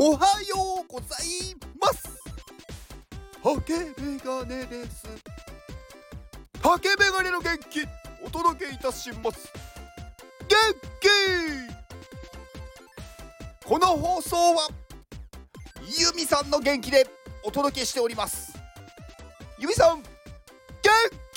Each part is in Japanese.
おはようございます。竹メガネです。竹メガネの元気お届けいたします。元気。この放送はユミさんの元気でお届けしております。ユミさん元気。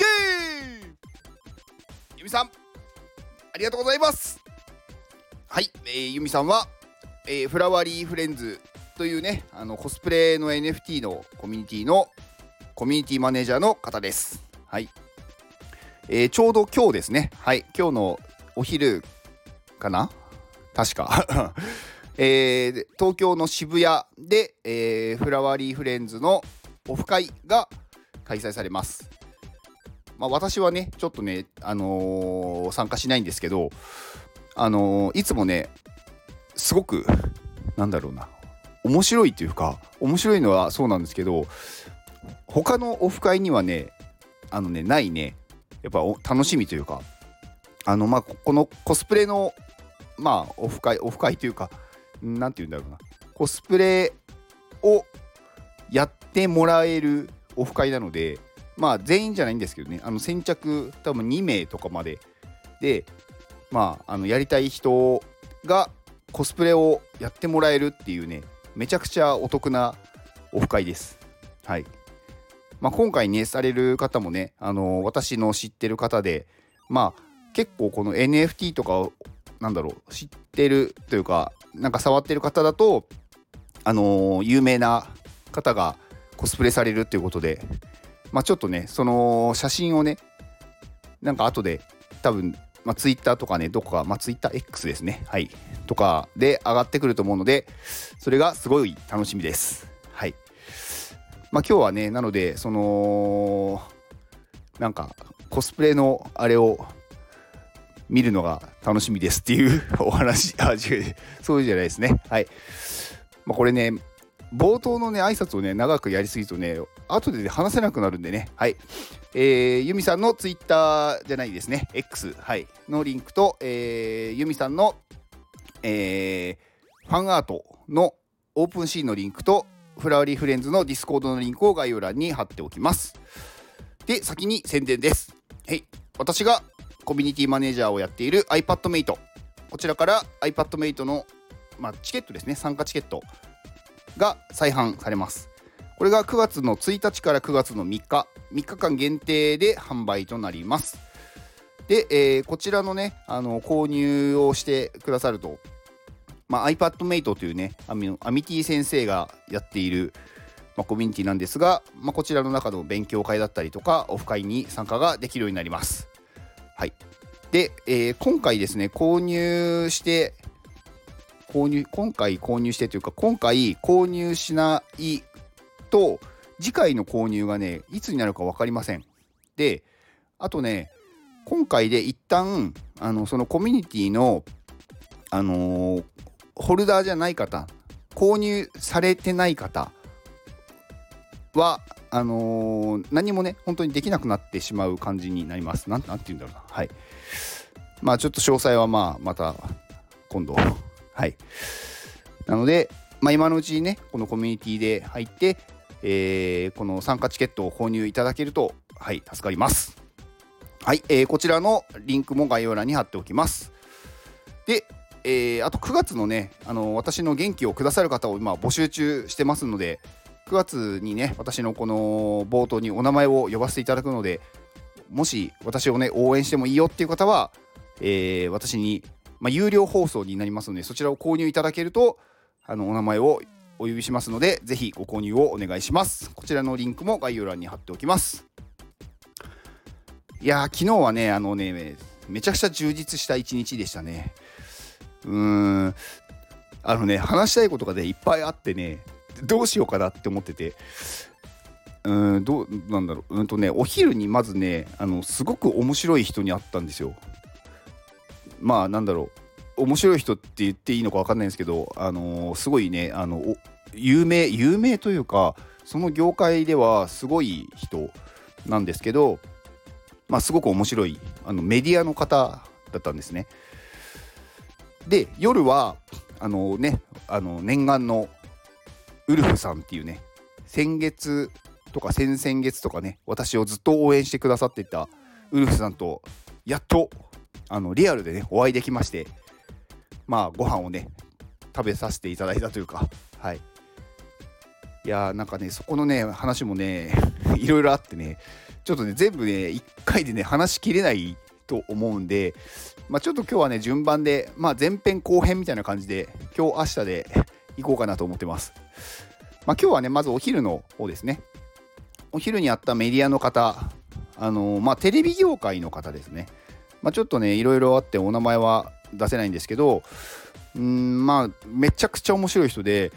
ユミさんありがとうございます。はい、ユミさんはフラワリーフレンズというね、コスプレの NFT のコミュニティのコミュニティマネージャーの方です。はい、ちょうど今日ですね、はい、今日のお昼かな確か、東京の渋谷で、フラワリーフレンズのオフ会が開催されます。私はねちょっとね、参加しないんですけど、いつもねすごく面白いというか、面白いのはそうなんですけど、他のオフ会にはねないね、やっぱ楽しみというか、このコスプレのオフ会というか、なんていうんだろうな、コスプレをやってもらえるオフ会なので、全員じゃないんですけどね、先着多分2名とかまでで、やりたい人がコスプレをやってもらえるっていうね、めちゃくちゃお得なオフ会です。はい。今回ねされる方もね、私の知ってる方で、結構この NFT とかを知ってるというか、触ってる方だと有名な方がコスプレされるっていうことで、ちょっとねその写真をね後で多分ツイッターとかね、どこかツイッター X ですね、はいとかで上がってくると思うので、それがすごい楽しみです。はい。今日はね、なのでそのコスプレのあれを見るのが楽しみですっていうお話、そういうじゃないですね。はい。これね、冒頭のね挨拶をね長くやりすぎるとね、後で話せなくなるんでね。はい。ユミさんのツイッターじゃないですね、 X、はい、のリンクと、ユミさんの、ファンアートのオープンシーンのリンクと、フラワリーフレンズのディスコードのリンクを概要欄に貼っておきます。で、先に宣伝です。はい、私がコミュニティマネージャーをやっている iPadMate、 こちらから iPadMate の、チケットですね、参加チケットが再販されます。これが9月の1日から9月の3日間限定で販売となります。で、こちらのね購入をしてくださると、iPadMate というねアミティ先生がやっている、コミュニティなんですが、こちらの中の勉強会だったりとかオフ会に参加ができるようになります。はい。で、今回ですね今回購入してというか、今回購入しないと次回の購入がねいつになるか分かりません。で、あとね、今回で一旦そのコミュニティのホルダーじゃない方、購入されてない方は何もね本当にできなくなってしまう感じになります。なんて言うんだろうな。はい。ちょっと詳細はまた今度はい。なので、今のうちにねこのコミュニティで入って、この参加チケットを購入いただけると、はい、助かります。はい、こちらのリンクも概要欄に貼っておきます。で、あと9月のね私の元気をくださる方を今募集中してますので、9月にね私のこの冒頭にお名前を呼ばせていただくので、もし私をね応援してもいいよっていう方は、私に、有料放送になりますので、そちらを購入いただけるとお名前をお呼びしますので、ぜひご購入をお願いします。こちらのリンクも概要欄に貼っておきます。いやー、昨日はねめちゃくちゃ充実した一日でしたね。話したいことがねいっぱいあってね、どうしようかなって思ってて、お昼にまずねすごく面白い人に会ったんですよ。面白い人って言っていいのか分かんないんですけど、すごいね有名というか、その業界ではすごい人なんですけど、すごく面白いメディアの方だったんですね。で、夜は念願のウルフさんっていうね、先月とか先々月とかね、私をずっと応援してくださっていたウルフさんとやっとリアルでねお会いできまして、まあご飯をね食べさせていただいたというか、はい。いやーなんかね、そこのね話もねいろいろあってね、ちょっとね全部ね1回でね話しきれないと思うんで、ちょっと今日はね順番で、前編後編みたいな感じで今日明日で行こうかなと思ってます。今日はねまずお昼の方ですね。お昼にあったメディアの方、テレビ業界の方ですね。ちょっとねいろいろあってお名前は出せないんですけど、めちゃくちゃ面白い人で、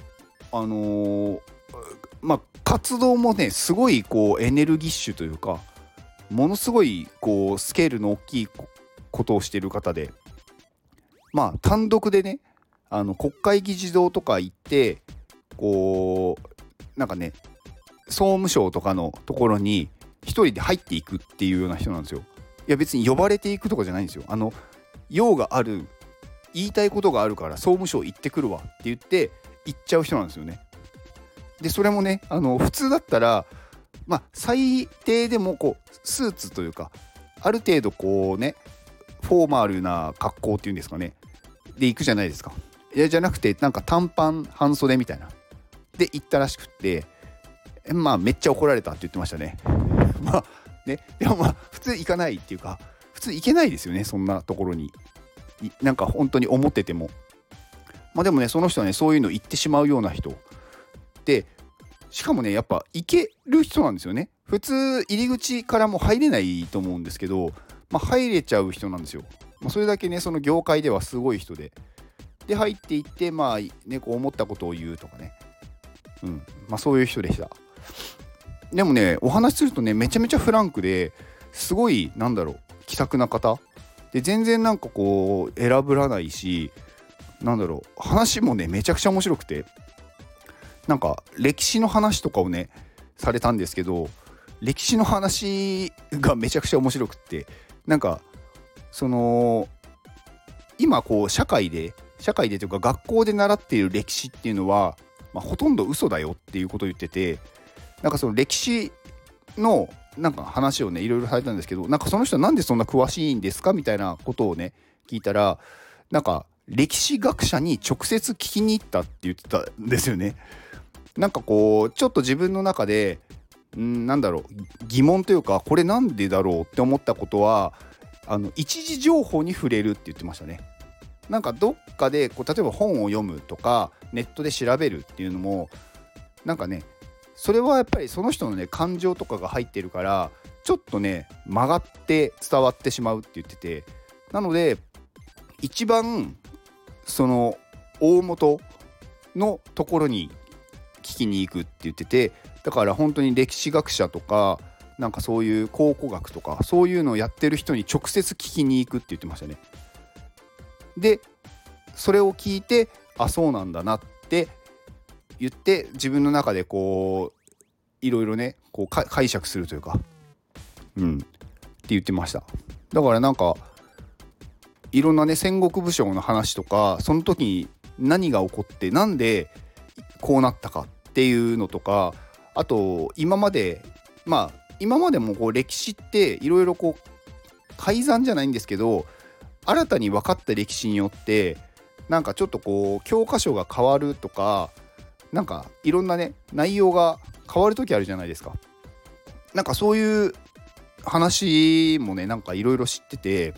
活動もねすごいこうエネルギッシュというか、ものすごいこうスケールの大きいことをしている方で、単独でね国会議事堂とか行って、こうなんかね総務省とかのところに一人で入っていくっていうような人なんですよ。いや別に呼ばれていくとかじゃないんですよ。用がある、言いたいことがあるから総務省行ってくるわって言って行っちゃう人なんですよね。でそれもね普通だったら最低でもこうスーツというか、ある程度こうねフォーマルな格好っていうんですかね、で行くじゃないですか。いやじゃなくてなんか短パン半袖みたいなで行ったらしくって、めっちゃ怒られたって言ってましたね。でも普通行かないっていうか、普通行けないですよね、そんなところに。なんか本当に思ってても。でもねその人はねそういうの言ってしまうような人で、しかもねやっぱ行ける人なんですよね。普通入り口からも入れないと思うんですけど、入れちゃう人なんですよ。それだけねその業界ではすごい人で、入っていってこう思ったことを言うとかね、そういう人でした。でもねお話しするとねめちゃめちゃフランクですごい気さくな方で、全然なんかこう選ぶらないし、話もねめちゃくちゃ面白くて、なんか歴史の話とかをねされたんですけど、歴史の話がめちゃくちゃ面白くって、なんかその今こう社会でというか学校で習っている歴史っていうのは、ほとんど嘘だよっていうことを言ってて、なんかその歴史のなんか話をねいろいろされたんですけど、なんかその人なんでそんな詳しいんですかみたいなことをね聞いたら、なんか歴史学者に直接聞きに行ったって言ってたんですよね。なんかこうちょっと自分の中で疑問というか、これなんでだろうって思ったことは一時情報に触れるって言ってましたね。なんかどっかでこう例えば本を読むとかネットで調べるっていうのも、なんかねそれはやっぱりその人のね感情とかが入ってるから、ちょっとね曲がって伝わってしまうって言ってて、なので一番その大元のところに聞きに行くって言ってて、だから本当に歴史学者とかなんかそういう考古学とかそういうのをやってる人に直接聞きに行くって言ってましたね。でそれを聞いて、そうなんだなって言って自分の中でこういろいろねこう解釈するというか、って言ってました。だからなんかいろんなね戦国武将の話とか、その時に何が起こってなんでこうなったかっていうのとか、あと今までもこう歴史っていろいろこう改ざんじゃないんですけど、新たに分かった歴史によってなんかちょっとこう教科書が変わるとか、なんかいろんなね内容が変わる時あるじゃないですか。なんかそういう話もねなんかいろいろ知ってて、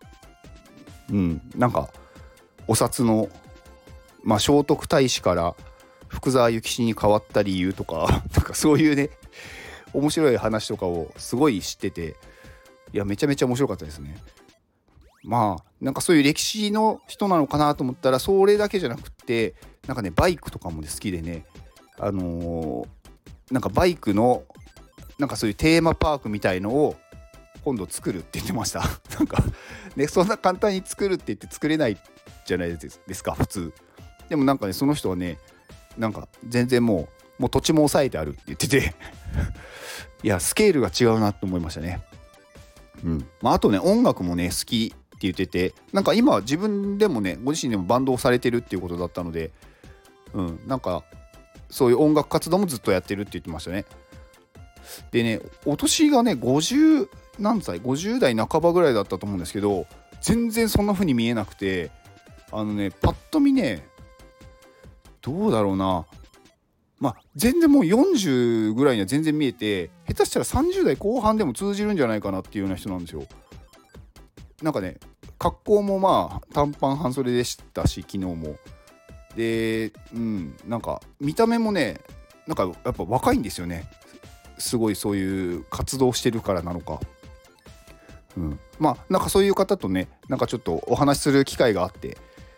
なんかお札の聖徳太子から福沢諭吉に変わった理由とかなんかそういうね面白い話とかをすごい知ってて、いやめちゃめちゃ面白かったですね。なんかそういう歴史の人なのかなと思ったら、それだけじゃなくって、なんかねバイクとかも好きでね、なんかバイクのなんかそういうテーマパークみたいのを今度作るって言ってました。なんかねそんな簡単に作るって言って作れないじゃないですか普通。でもなんかねその人はねなんか全然もう土地も抑えてあるって言ってていやスケールが違うなと思いましたね。あとね音楽もね好きって言ってて、なんか今自分でもねご自身でもバンドをされてるっていうことだったので、なんかそういう音楽活動もずっとやってるって言ってましたね。でね、お年がね50何歳50代半ばぐらいだったと思うんですけど、全然そんな風に見えなくて、パッと見ね、どうだろうな、全然もう40ぐらいには全然見えて、下手したら30代後半でも通じるんじゃないかなっていうような人なんですよ。なんかね、格好も短パン半袖でしたし、昨日もで、なんか見た目もね、なんかやっぱ若いんですよね。すごいそういう活動してるからなのか、なんかそういう方とね、なんかちょっとお話しする機会があって、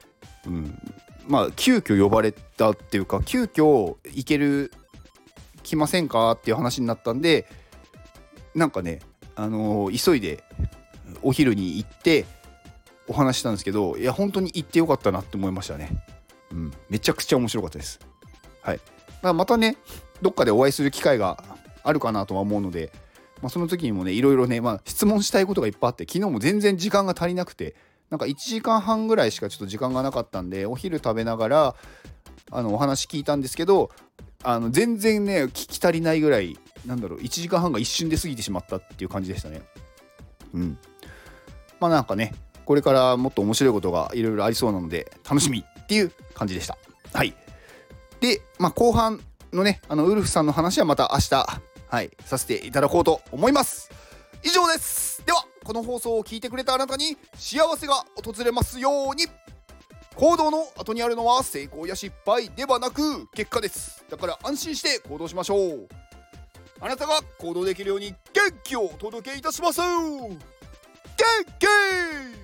急遽呼ばれたっていうか、急遽来ませんかっていう話になったんで、なんかね、急いでお昼に行ってお話したんですけど、いや本当に行ってよかったなって思いましたね。めちゃくちゃ面白かったです。はい。またね、どっかでお会いする機会があるかなとは思うので、その時にもね、いろいろね、質問したいことがいっぱいあって、昨日も全然時間が足りなくて、なんか1時間半ぐらいしかちょっと時間がなかったんで、お昼食べながらお話聞いたんですけど、全然ね聞き足りないぐらい、1時間半が一瞬で過ぎてしまったっていう感じでしたね。なんかね、これからもっと面白いことがいろいろありそうなので楽しみっていう感じでした。はい。で、後半のね、ウルフさんの話はまた明日、させていただこうと思います。以上です。では、この放送を聞いてくれたあなたに幸せが訪れますように。行動の後にあるのは成功や失敗ではなく結果です。だから安心して行動しましょう。あなたが行動できるように元気をお届けいたします。元気